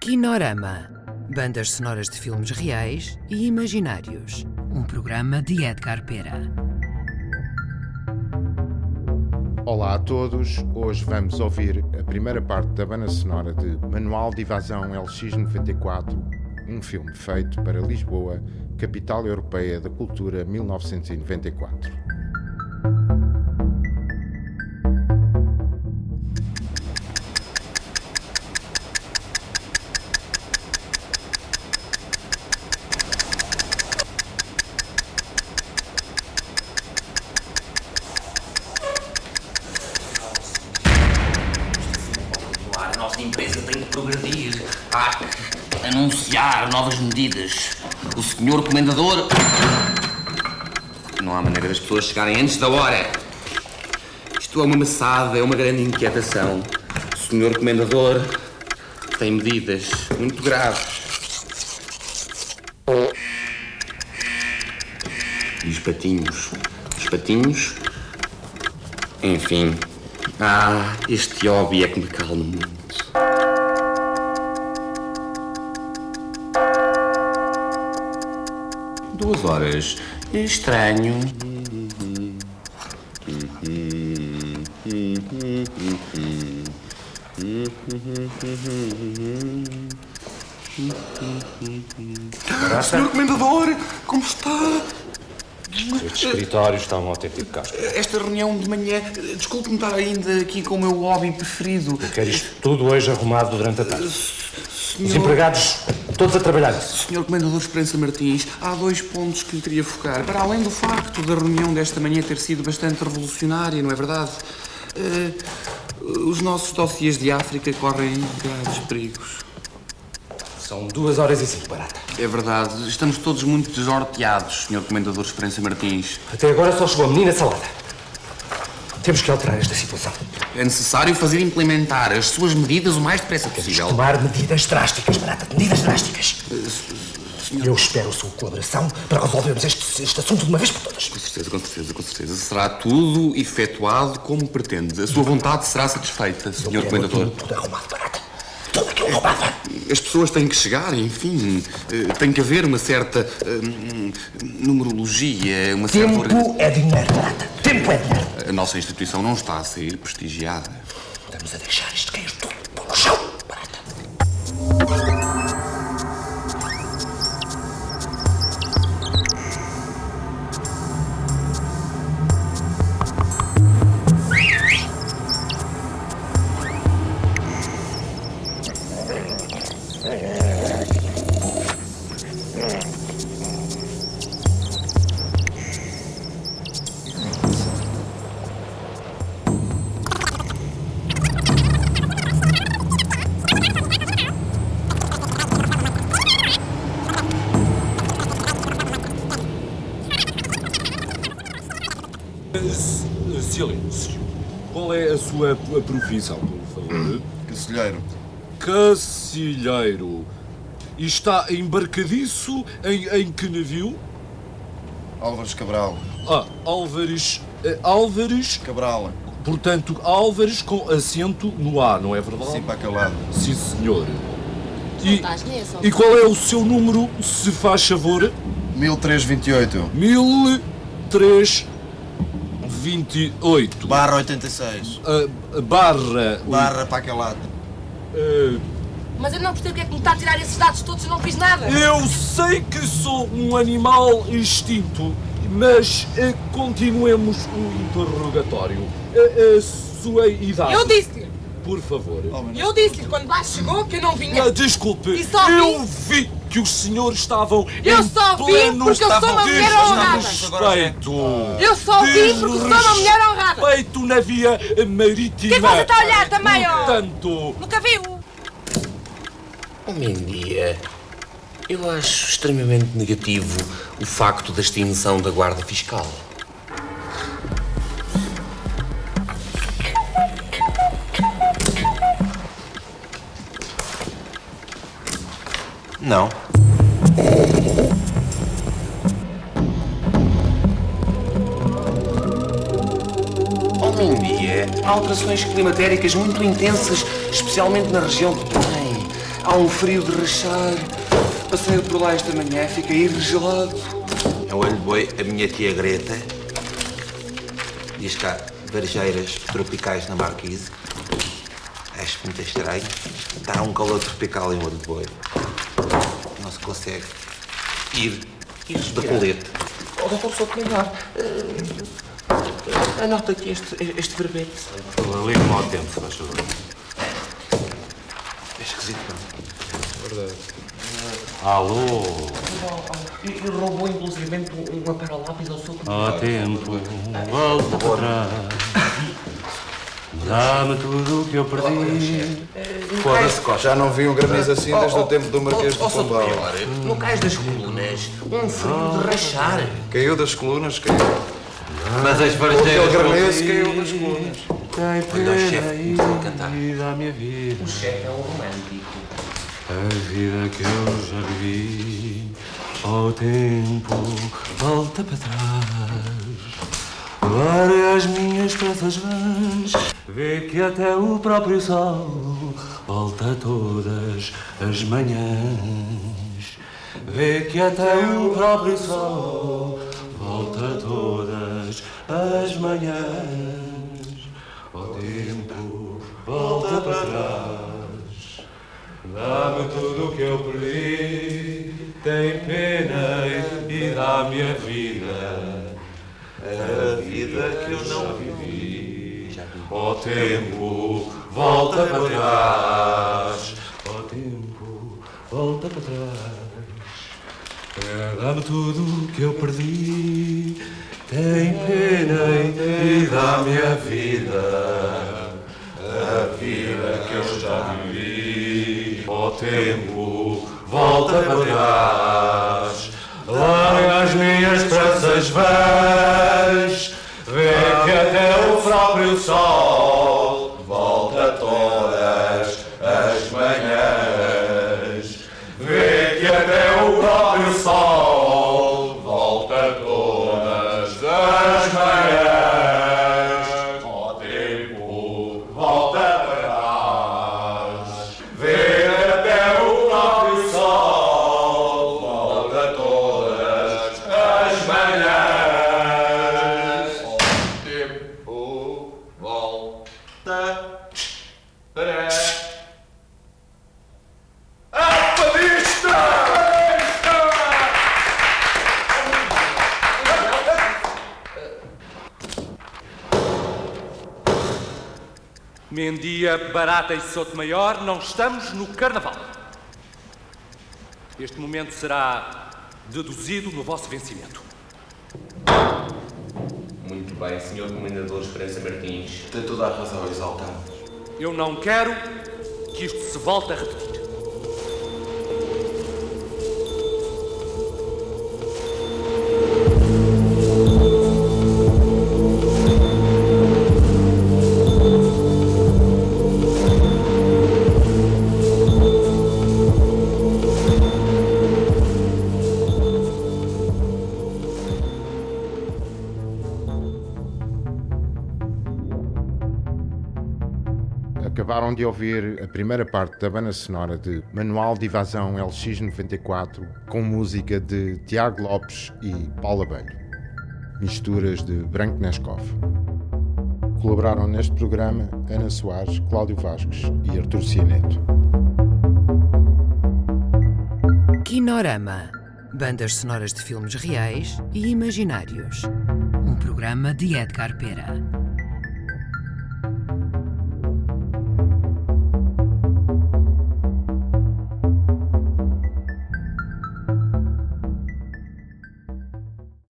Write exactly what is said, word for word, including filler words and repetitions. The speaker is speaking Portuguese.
Kinorama. Bandas sonoras de filmes reais e imaginários. Um programa de Edgar Pera. Olá a todos, hoje vamos ouvir a primeira parte da banda sonora de Manual de Evasão L X noventa e quatro, um filme feito para Lisboa, capital europeia da cultura mil novecentos e noventa e quatro. A empresa tem que progredir. Há que anunciar novas medidas. O senhor Comendador... Não há maneira das pessoas chegarem antes da hora. Isto é uma maçada, é uma grande inquietação. O senhor Comendador tem medidas muito graves. E os patinhos? Os patinhos? Enfim... Ah, este hobby é que me calma muito. Duas horas. Estranho. Senhor Comendador, como está? Estes escritórios estão um autêntico casco. Esta reunião de manhã, desculpe-me estar ainda aqui com o meu hobby preferido. Eu quero isto tudo hoje arrumado durante a tarde. Senhor... Os empregados, todos a trabalhar nisso. senhor Comendador Esperança Martins, há dois pontos que lhe queria focar. Para além do facto da reunião desta manhã ter sido bastante revolucionária, não é verdade? Uh, os nossos dossiês de África correm graves perigos. São duas horas e cinco, barata. É verdade. Estamos todos muito desnorteados, senhor Comendador Esperança Martins. Até agora só chegou a menina Salada. Temos que alterar esta situação. É necessário fazer implementar as suas medidas o mais depressa Temos possível. que tomar medidas drásticas, barata. Medidas drásticas. Uh, senhor... Eu espero a sua colaboração para resolvermos este, este assunto de uma vez por todas. Com certeza, com certeza, com certeza. Será tudo efetuado como pretende. A sua vontade será satisfeita, senhor Comendador. Tudo, tudo arrumado, barata. Tudo aquilo roubado. As pessoas têm que chegar, enfim. Tem que haver uma certa hum, numerologia, uma certa... Tempo é dinheiro, barata. Tempo é dinheiro. A nossa instituição não está a ser prestigiada. Estamos a deixar isto cair tudo pelo chão, barata. Silêncio. Qual é a sua profissão, por favor? Cacilheiro. Cacilheiro. E está embarcadiço em, em que navio? Álvares Cabral. Ah, Álvares... eh, Álvares... Cabral. Portanto, Álvares com acento no A, não é verdade? Sim, para aquele lado. Sim, senhor. E, e qual é o seu número, se faz favor? mil trezentos e vinte e oito. mil trezentos e vinte e oito. Barra oitenta e seis. Uh, barra... Barra para aquele lado. Uh, Mas eu não percebo porque é que me está a tirar esses dados todos e não fiz nada. eu sei que sou um animal extinto, mas uh, continuemos o interrogatório. Uh, a sua idade... Eu disse-lhe, Por favor. eu disse-lhe quando lá chegou que eu não vinha. Ah, desculpe, E só vi- eu vi que os senhores estavam Eu em só vi pleno porque eu sou uma mulher honrada. desrespeito. Eu só vi porque sou uma mulher honrada. Desrespeito na via marítima. O que é que você está a olhar também, ó? Portanto, Nunca viu? Homem dia, eu acho extremamente negativo o facto da extinção da Guarda Fiscal. Não. Homem dia, há alterações climatéricas muito intensas, especialmente na região de Belém. há um frio de rachar. Passei por lá esta manhã, fiquei regelado. É o olho de boi, a minha tia Greta. Diz cá, varejeiras tropicais na Marquise. Acho muito estranho. Está um calor tropical em olho de boi. Não se consegue ir, ir de colete. Oh, doutor Souto Maior, uh, anota aqui este, este verbete. Ligue-me ao tempo, se faz favor. É esquisito, não? Verdade. Alô? E roubou inclusivamente um aparalápis ao Souto Ó Maior. tempo, volta para trás. Dá-me tudo o que eu perdi. Foda-se, Costa. Já não vi um granizo assim desde o tempo do Marquês de Pombal. No cais das colunas, um frio de rachar. Caiu das colunas, caiu. Mas as Aquele varejeiras granizo caiu das colunas. tem Olha o chefe que começou a cantar. pena a minha vida. O chefe é um romântico. A vida que eu já vivi, ao tempo, volta para trás. Olha as minhas peças vãs, vê que até o próprio sol volta todas as manhãs. Vê que até o próprio sol volta todas as manhãs. Ao tempo, volta para trás. Dá-me tudo o que eu perdi, tem pena e dá-me a vida. A vida que eu não vivi. Ó tempo, volta para trás. Ó tempo, volta para trás. Dá-me tudo o que eu perdi, tem pena e dá-me a vida. A vida que eu já vivi. Ó tempo, volta para trás. Larga as minhas tranças vãs, vê que até o próprio sol volta todas as manhãs. Vê que até o próprio sol volta todas as manhãs. Ó tempo, volta para trás. Vê que até o próprio sol volta todas as manhãs. Ó tempo, volta para... A fadista! Mendia, Barata e Sotomayor, não estamos no Carnaval. Este momento será deduzido no vosso vencimento. Muito bem, senhor Comendador Esperança Martins. Tem toda a razão, exaltado. Eu não quero que isto se volte a repetir. Acabaram de ouvir a primeira parte da banda sonora de Manual de Evasão L X noventa e quatro, com música de Tiago Lopes e Paula Abelho. Misturas de Branco Nescov. Colaboraram neste programa Ana Soares, Cláudio Vasques e Artur Cianeto. Kinorama. Bandas sonoras de filmes reais e imaginários. Um programa de Edgar Pera.